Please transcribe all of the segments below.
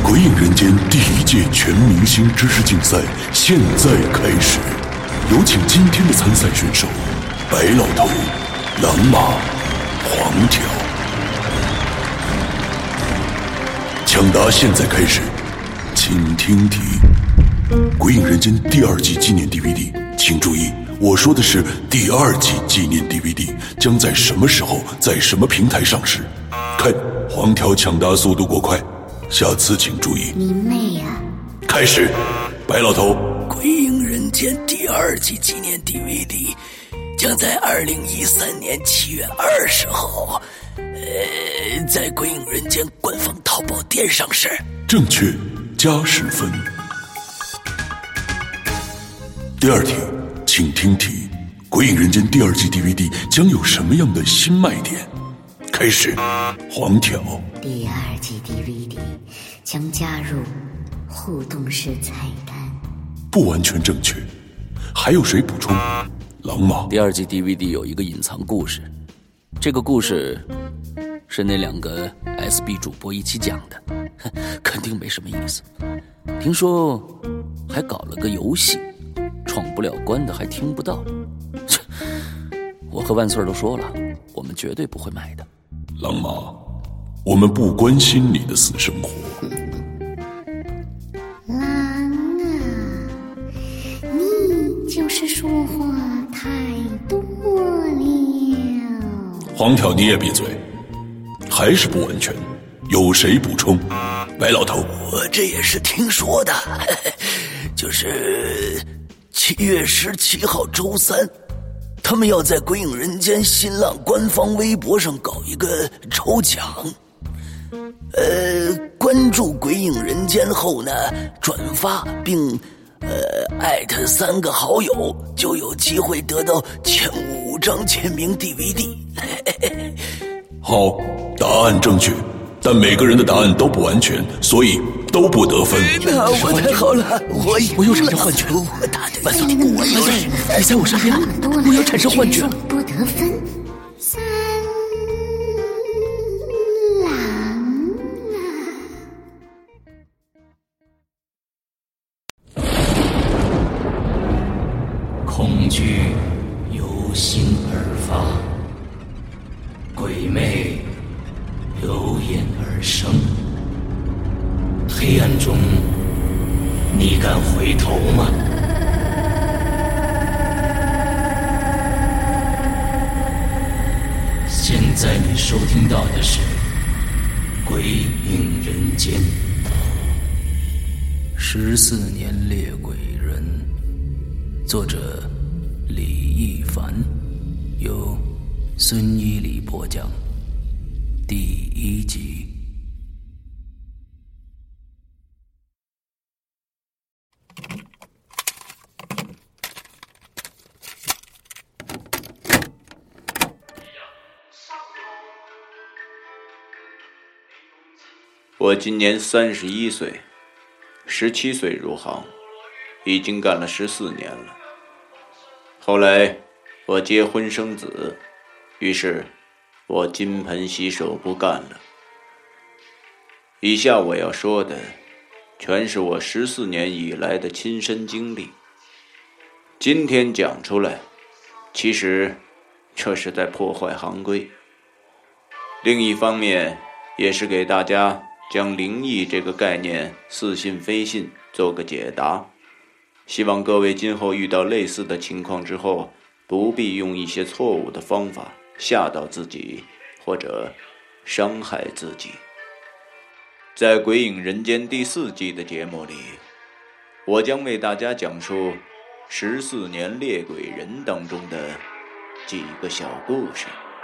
鬼影人间第1届全明星知识竞赛现在开始，有请今天的参赛选手：白老头、狼马、黄条。抢答现在开始，请听题。鬼影人间第2季纪念 DVD， 请注意，我说的是第2季纪念 DVD 将在什么时候在什么平台上市？看，黄条抢答速度过快，下次请注意。 你妹呀！ 开始，白老头。 鬼影人间第2季纪念 DVD 将在2013年7月20号，在鬼影人间官方淘宝店上市。 正确，加10分。第2题，请听题：鬼影人间第2季 DVD 将有什么样的新卖点？开始，黄条。 第2季 DVD 将加入互动式菜单。 不完全正确，还有谁补充？狼马。 第2季 DVD 有一个隐藏故事，这个故事是那2个 SB 主播一起讲的，肯定没什么意思。听说还搞了个游戏，闯不了关的还听不到。我和万岁都说了，我们绝对不会买的。 狼马，我们不关心你的私生活。 狼啊，你就是说话太多了。 黄条，你也闭嘴。还是不完全，有谁补充？白老头。 我这也是听说的，就是7月17号周3，他们要在鬼影人间新浪官方微博上搞一个抽奖。关注鬼影人间后呢，转发并艾特3个好友，就有机会得到前5张签名 DVD。 好，答案正确，但每个人的答案都不完全，所以都不得分。 那我太好了，我又产生幻觉。万岁，你在我身边，我又产生幻觉。 不得分。三郎啊！ 恐惧由心而发，鬼魅由眼而生。黑暗中，你敢回头吗？现在你收听到的是《鬼影人间》14年猎鬼人，作者李一凡，由孙一礼播讲，第1集。 我今年31岁，17岁入行，已经干了14年了。后来我结婚生子，于是我金盆洗手不干了。以下我要说的全是我14年以来的亲身经历，今天讲出来，其实这是在破坏行规。另一方面也是给大家将灵异这个概念似信非信做个解答，希望各位今后遇到类似的情况之后，不必用一些错误的方法吓到自己或者伤害自己。在《鬼影人间》第4季的节目里，我将为大家讲述14年猎鬼人当中的几个小故事。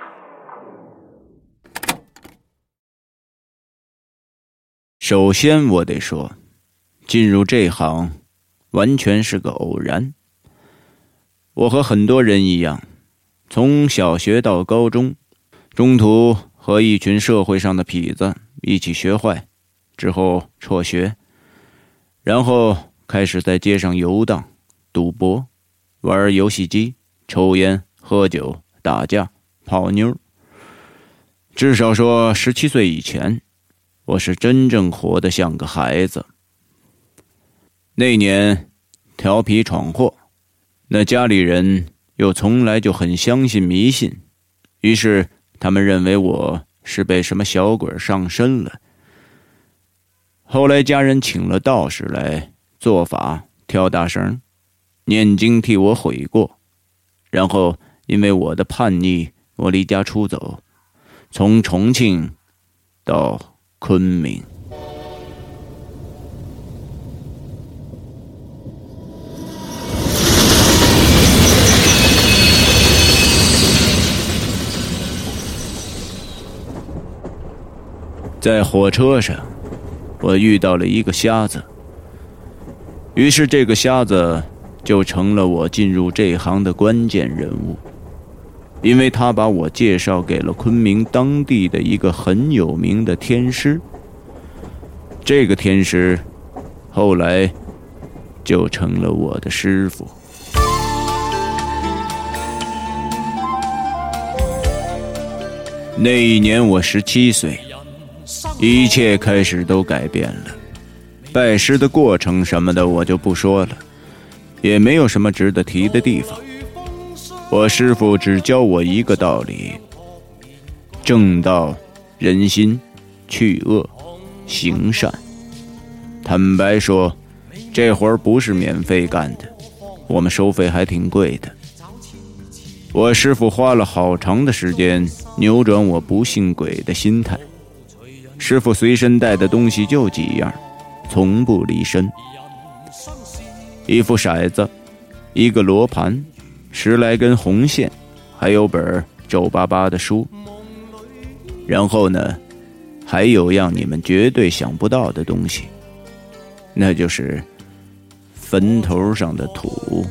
首先我得说，进入这行完全是个偶然。我和很多人一样，从小学到高中，中途和一群社会上的痞子一起学坏，之后辍学，然后开始在街上游荡、赌博、玩游戏机、抽烟、喝酒、打架、泡妞。至少说17岁以前， 我是真正活得像个孩子。那年调皮闯祸，那家里人又从来就很相信迷信，于是他们认为我是被什么小鬼上身了。后来家人请了道士来做法，跳大绳，念经替我悔过，然后因为我的叛逆，我离家出走，从重庆到昆明。在火车上，我遇到了一个瞎子，于是这个瞎子就成了我进入这行的关键人物，因为他把我介绍给了昆明当地的一个很有名的天师。这个天师后来就成了我的师傅。那一年我17岁，一切开始都改变了。拜师的过程什么的我就不说了，也没有什么值得提的地方。我师父只教我一个道理：正道人心，去恶行善。坦白说，这活儿不是免费干的，我们收费还挺贵的。我师父花了好长的时间扭转我不信鬼的心态。师父随身带的东西就几样，从不离身：一副骰子，一个罗盘，10来根红线，还有本皱巴巴的书。然后呢，还有样你们绝对想不到的东西，那就是坟头上的土。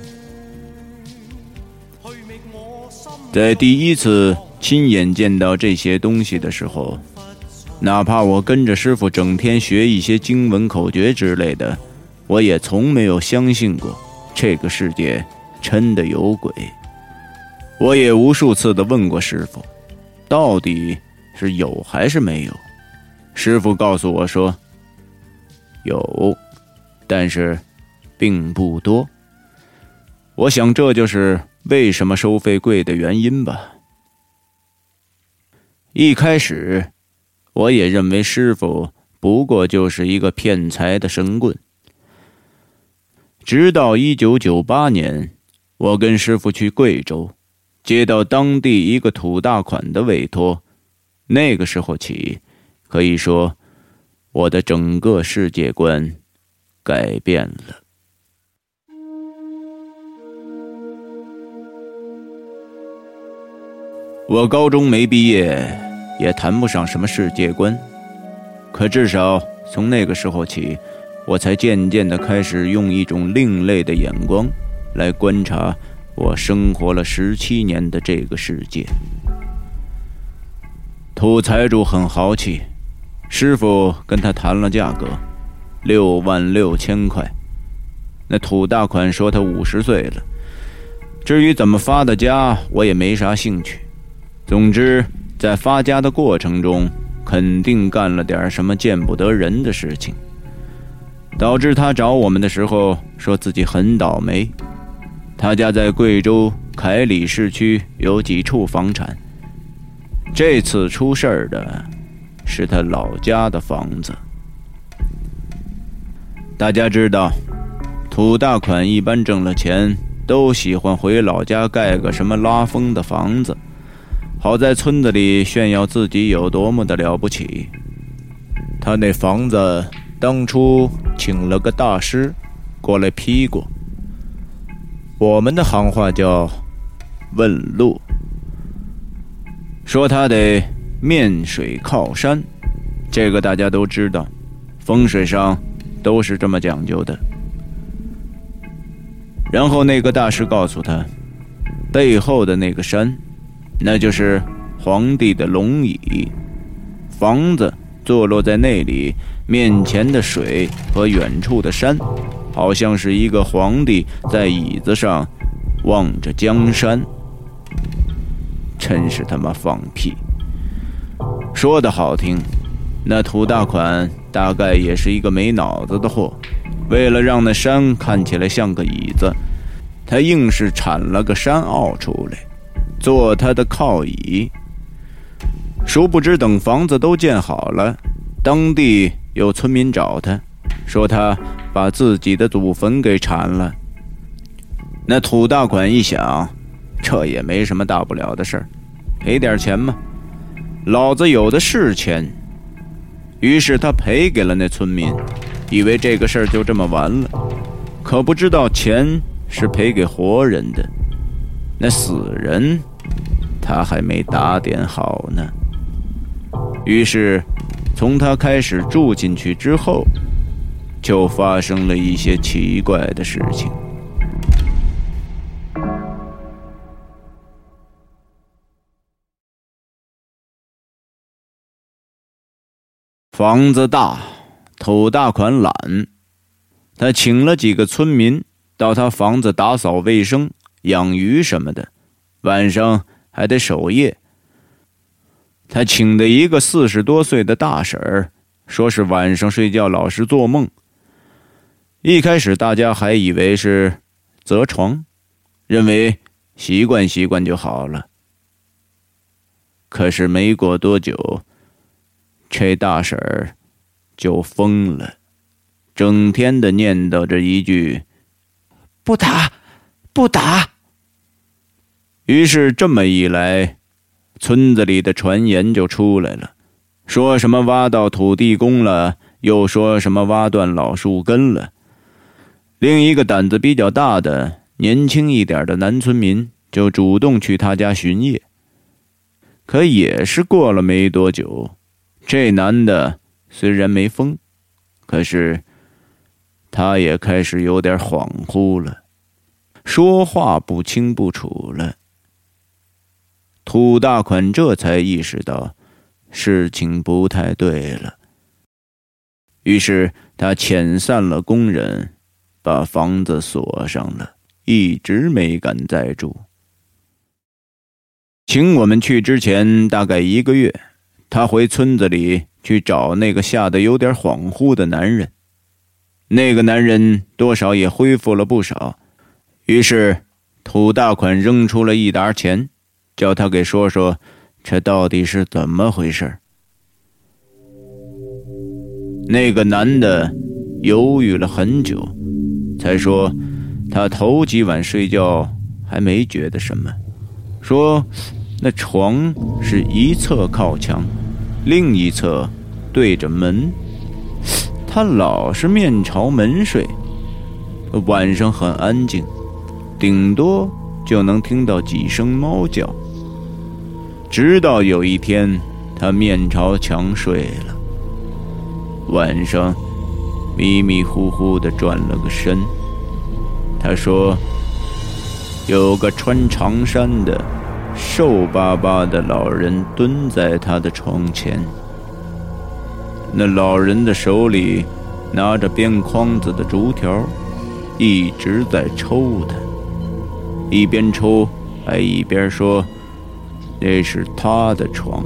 在第一次亲眼见到这些东西的时候，哪怕我跟着师父整天学一些经文口诀之类的，我也从没有相信过这个世界真的有鬼。我也无数次地问过师父，到底是有还是没有？师父告诉我说，有，但是并不多。我想这就是为什么收费贵的原因吧。一开始我也认为师父不过就是一个骗财的神棍，直到1998年，我跟师父去贵州，接到当地一个土大款的委托，那个时候起，可以说我的整个世界观改变了。我高中没毕业，也谈不上什么世界观，可至少从那个时候起，我才渐渐地开始用一种另类的眼光来观察我生活了17年的这个世界。土财主很豪气，师傅跟他谈了价格，66000块。那土大款说他50岁了，至于怎么发的家，我也没啥兴趣。总之在发家的过程中，肯定干了点什么见不得人的事情，导致他找我们的时候说自己很倒霉。他家在贵州凯里市区有几处房产，这次出事儿的是他老家的房子。大家知道，土大款一般挣了钱都喜欢回老家盖个什么拉风的房子，好在村子里炫耀自己有多么的了不起。他那房子当初请了个大师过来批过，我们的行话叫问路，说他得面水靠山，这个大家都知道，风水上都是这么讲究的。然后那个大师告诉他，背后的那个山，那就是皇帝的龙椅，房子坐落在那里，面前的水和远处的山，好像是一个皇帝在椅子上望着江山。真是他妈放屁！说的好听， 那土大款大概也是一个没脑子的货，为了让那山看起来像个椅子，他硬是铲了个山坳出来，做他的靠椅。殊不知等房子都建好了，当地有村民找他，说他把自己的祖坟给铲了。那土大款一想，这也没什么大不了的事儿，赔点钱嘛，老子有的是钱。于是他赔给了那村民，以为这个事儿就这么完了，可不知道钱是赔给活人的，那死人他还没打点好呢。于是从他开始住进去之后，就发生了一些奇怪的事情。房子大，土大款懒，他请了几个村民到他房子打扫卫生、养鱼什么的，晚上还得守夜。他请的一个40多岁的大婶儿，说是晚上睡觉老是做梦。一开始大家还以为是择床，认为习惯习惯就好了。可是没过多久，这大婶儿就疯了，整天的念叨着一句不打不打。于是这么一来，村子里的传言就出来了，说什么挖到土地公了，又说什么挖断老树根了。另一个胆子比较大的年轻一点的男村民就主动去他家巡夜。可也是过了没多久，这男的虽然没疯，可是他也开始有点恍惚了，说话不清不楚了。土大款这才意识到事情不太对了，于是他遣散了工人，把房子锁上了，一直没敢再住。请我们去之前大概1个月，他回村子里去找那个吓得有点恍惚的男人。那个男人多少也恢复了不少，于是土大款扔出了一沓钱，叫他给说说这到底是怎么回事。那个男的犹豫了很久，才说他头几晚睡觉还没觉得什么，说那床是一侧靠墙，另一侧对着门，他老是面朝门睡，晚上很安静，顶多就能听到几声猫叫。直到有一天他面朝墙睡了，晚上迷迷糊糊地转了个身，他说有个穿长衫的瘦巴巴的老人蹲在他的床前，那老人的手里拿着边框子的竹条，一直在抽他，一边抽还一边说这是他的床。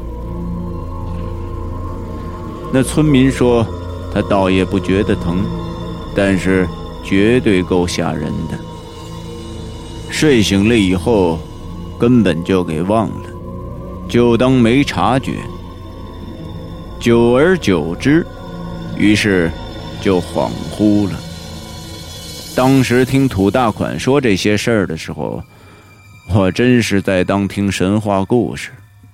那村民说他倒也不觉得疼，但是绝对够吓人的。睡醒了以后根本就给忘了，就当没察觉。久而久之，于是就恍惚了。当时听土大款说这些事儿的时候，我真是在当听神话故事。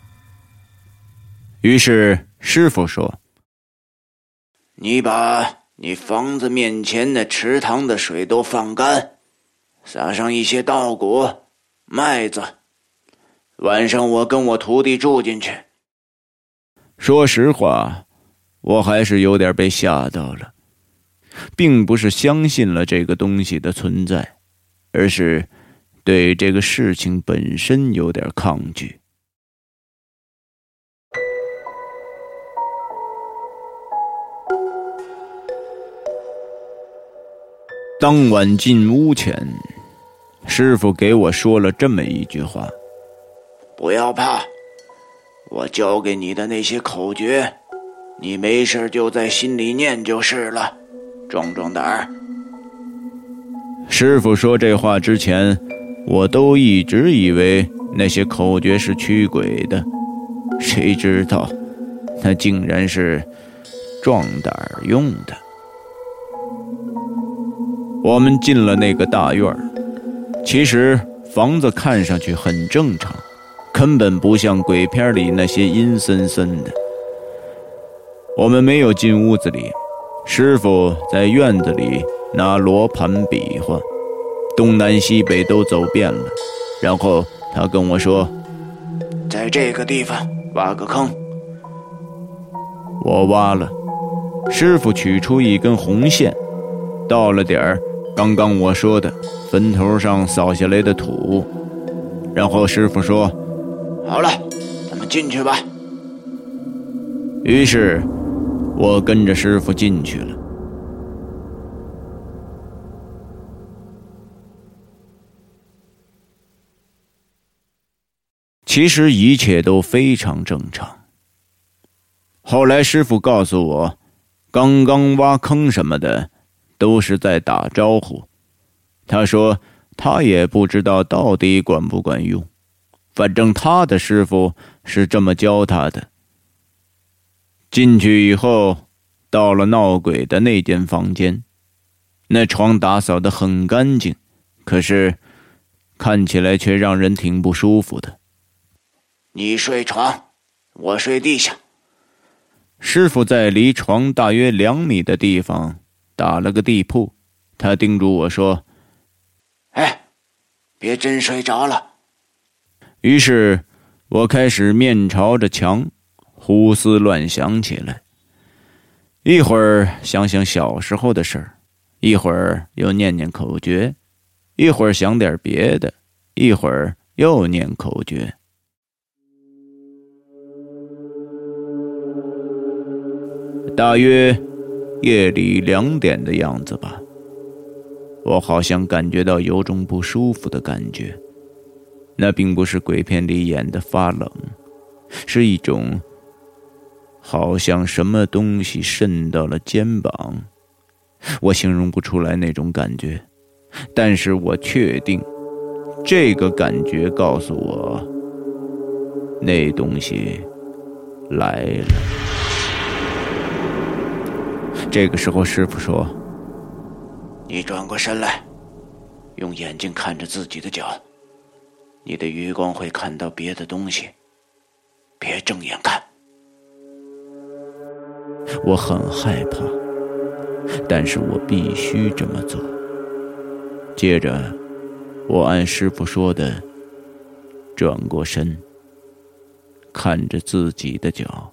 于是师傅说，你把你房子面前的池塘的水都放干，撒上一些稻谷、麦子，晚上我跟我徒弟住进去。说实话，我还是有点被吓到了，并不是相信了这个东西的存在，而是对这个事情本身有点抗拒。当晚进屋前，师傅给我说了这么一句话：不要怕，我教给你的那些口诀， 你没事就在心里念就是了，壮壮胆儿。 师傅说这话之前，我都一直以为那些口诀是驱鬼的，谁知道那竟然是壮胆儿用的。我们进了那个大院，其实房子看上去很正常，根本不像鬼片里那些阴森森的。我们没有进屋子里，师傅在院子里拿罗盘比划，东南西北都走遍了，然后他跟我说， 在这个地方挖个坑。 我挖了，师傅取出一根红线，到了点儿，刚刚我说的坟头上扫下来的土，然后师傅说， 好了，咱们进去吧。 于是我跟着师傅进去了。其实一切都非常正常。后来师傅告诉我，刚刚挖坑什么的都是在打招呼。他说他也不知道到底管不管用，反正他的师傅是这么教他的。进去以后，到了闹鬼的那间房间，那床打扫得很干净，可是看起来却让人挺不舒服的。 你睡床，我睡地下。 师傅在离床大约2米的地方打了个地铺，他叮嘱我说， 别真睡着了。 于是我开始面朝着墙胡思乱想起来，一会儿想想小时候的事儿，一会儿又念念口诀，一会儿想点别的，一会儿又念口诀。大约夜里2点的样子吧，我好像感觉到有种不舒服的感觉，那并不是鬼片里演的发冷，是一种好像什么东西渗到了肩膀，我形容不出来那种感觉，但是我确定这个感觉告诉我，那东西来了。这个时候师傅说， 你转过身来，用眼睛看着自己的脚，你的余光会看到别的东西，别正眼看。 我很害怕，但是我必须这么做。接着我按师傅说的转过身，看着自己的脚。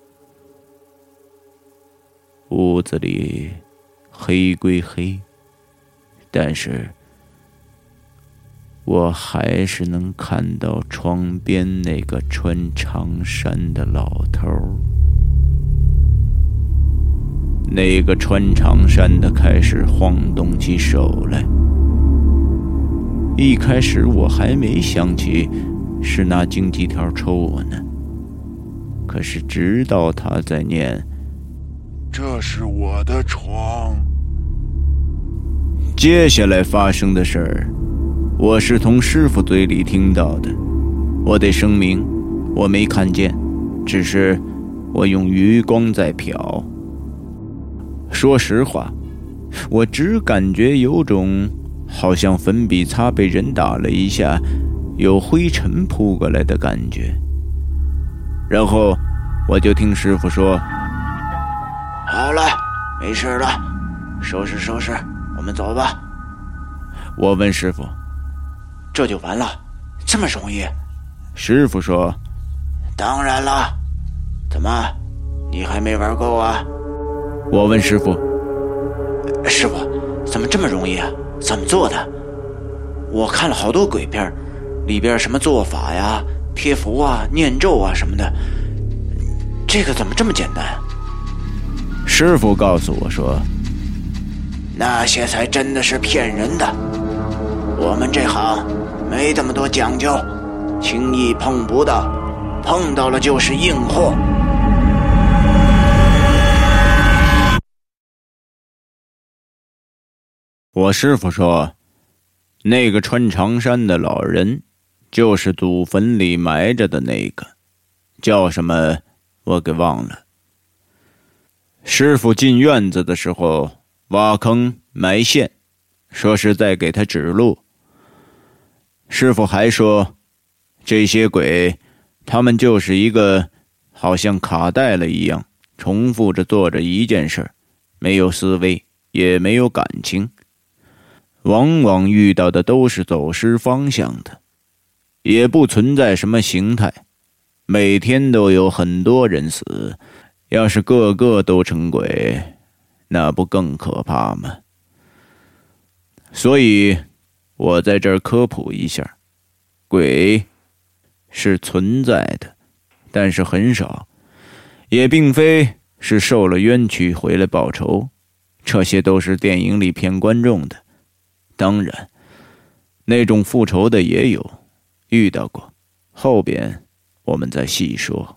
屋子里黑归黑，但是我还是能看到窗边那个穿长衫的老头。那个穿长衫的开始晃动起手来，一开始我还没想起是拿荆棘条抽我呢，可是直到他在念， 这是我的床。 接下来发生的事儿，我是从师傅嘴里听到的。我得声明，我没看见，只是我用余光在瞟。说实话，我只感觉有种好像粉笔擦被人打了一下，有灰尘扑过来的感觉。然后我就听师傅说， 好了，没事了，收拾收拾，我们走吧。 我问师傅， 这就完了？这么容易？ 师傅说， 当然了。怎么，你还没玩够啊？ 我问师傅， 师傅，怎么这么容易啊？怎么做的？我看了好多鬼片，里边什么做法呀、贴符啊、念咒啊什么的，这个怎么这么简单？ 师傅告诉我说， 那些才真的是骗人的。我们这行没这么多讲究，轻易碰不到，碰到了就是硬货。 我师傅说，那个穿长衫的老人就是祖坟里埋着的那个，叫什么我给忘了。师傅进院子的时候挖坑埋线，说是在给他指路。师傅还说，这些鬼他们就是一个好像卡带了一样，重复着做着一件事，没有思维，也没有感情，往往遇到的都是走失方向的，也不存在什么形态，每天都有很多人死，要是个个都成鬼，那不更可怕吗？所以我在这儿科普一下，鬼是存在的，但是很少，也并非是受了冤屈回来报仇，这些都是电影里骗观众的。当然，那种复仇的也有，遇到过，后边我们再细说。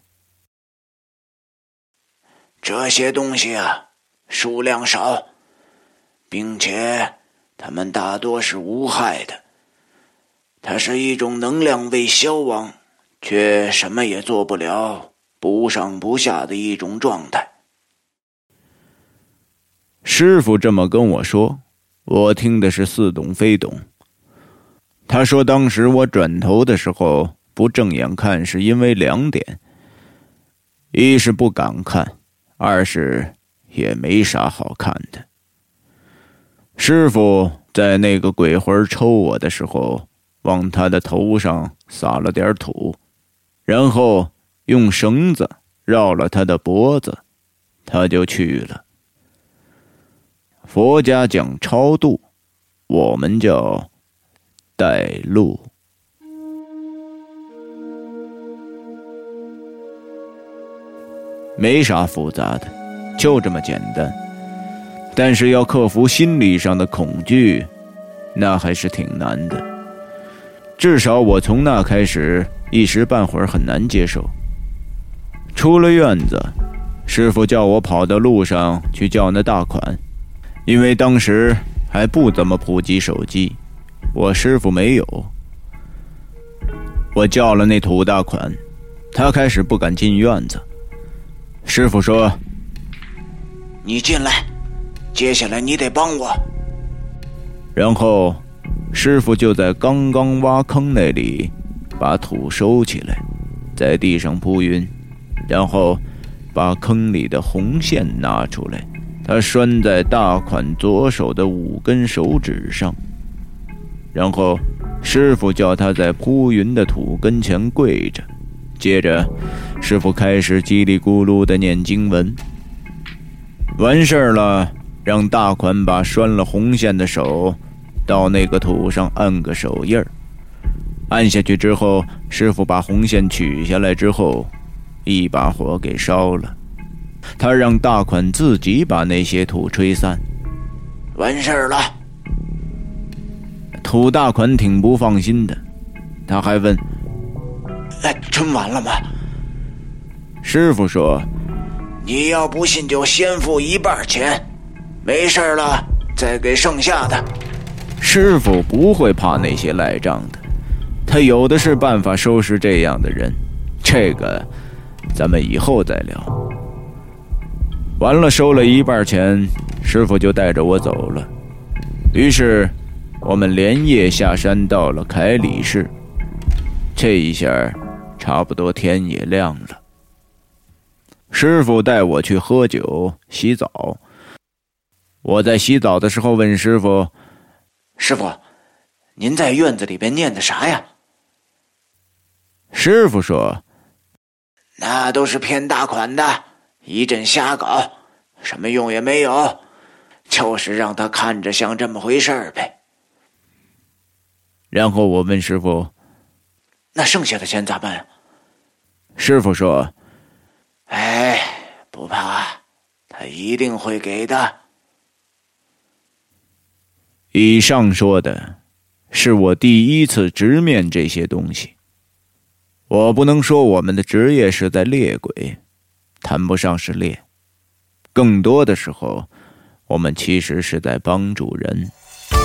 这些东西啊，数量少，并且它们大多是无害的。它是一种能量未消亡，却什么也做不了，不上不下的一种状态。 师傅这么跟我说，我听的是似懂非懂。他说当时我转头的时候不正眼看，是因为2点，一是不敢看，二是也没啥好看的。师傅在那个鬼魂抽我的时候，往他的头上撒了点土，然后用绳子绕了他的脖子，他就去了。佛家讲超度，我们叫带路。没啥复杂的，就这么简单。但是要克服心理上的恐惧，那还是挺难的。至少我从那开始，一时半会儿很难接受。出了院子，师傅叫我跑到路上去叫那大款，因为当时还不怎么普及手机，我师傅没有。我叫了那土大款，他开始不敢进院子。师傅说， 你进来，接下来你得帮我。 然后师傅就在刚刚挖坑那里把土收起来，在地上铺匀，然后把坑里的红线拿出来，他拴在大款左手的5根手指上。然后师傅叫他在铺匀的土跟前跪着，接着师傅开始叽里咕噜地念经文。完事了，让大款把拴了红线的手到那个土上按个手印儿，按下去之后，师傅把红线取下来之后，一把火给烧了。他让大款自己把那些土吹散。 完事了。 土大款挺不放心的，他还问， 真完了吗？ 师傅说， 你要不信就先付1半钱，没事了再给剩下的。 师傅不会怕那些赖账的，他有的是办法收拾这样的人，这个咱们以后再聊。完了，收了1半钱，师傅就带着我走了。于是我们连夜下山到了凯里市，这一下差不多天也亮了。师傅带我去喝酒洗澡。我在洗澡的时候问师傅， 师傅，您在院子里边念的啥呀？ 师傅说， 那都是骗大款的，一阵瞎搞，什么用也没有，就是让他看着像这么回事儿呗。 然后我问师傅， 那剩下的钱咋办呀？ 师傅说， 不怕，他一定会给的。 以上说的是我第一次直面这些东西。我不能说我们的职业是在猎鬼，谈不上是猎，更多的时候我们其实是在帮助人。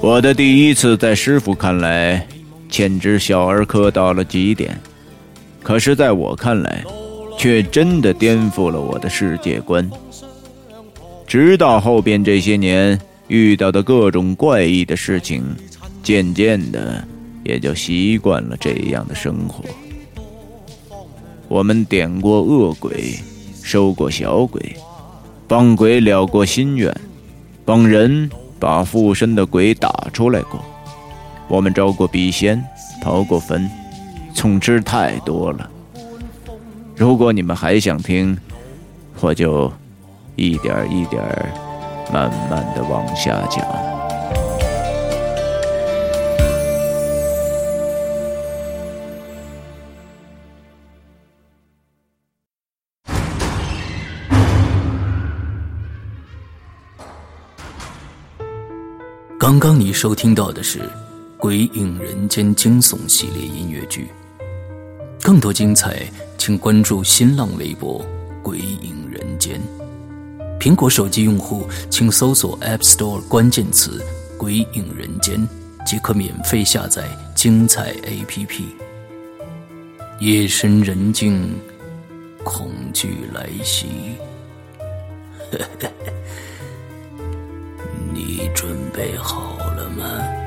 我的第一次在师傅看来简直小儿科到了极点，可是在我看来却真的颠覆了我的世界观。直到后边这些年遇到的各种怪异的事情，渐渐的也就习惯了这样的生活。我们点过恶鬼，收过小鬼，帮鬼了过心愿，帮人把附身的鬼打出来过。我们招过笔仙，刨过坟，总之太多了。如果你们还想听，我就一点一点慢慢的往下讲。 刚刚你收听到的是《鬼影人间》惊悚系列音乐剧，更多精彩请关注新浪微博鬼影人间。苹果手机用户请搜索 App Store 关键词鬼影人间，即可免费下载精彩 APP。 夜深人静，恐惧来袭，你准备好了吗？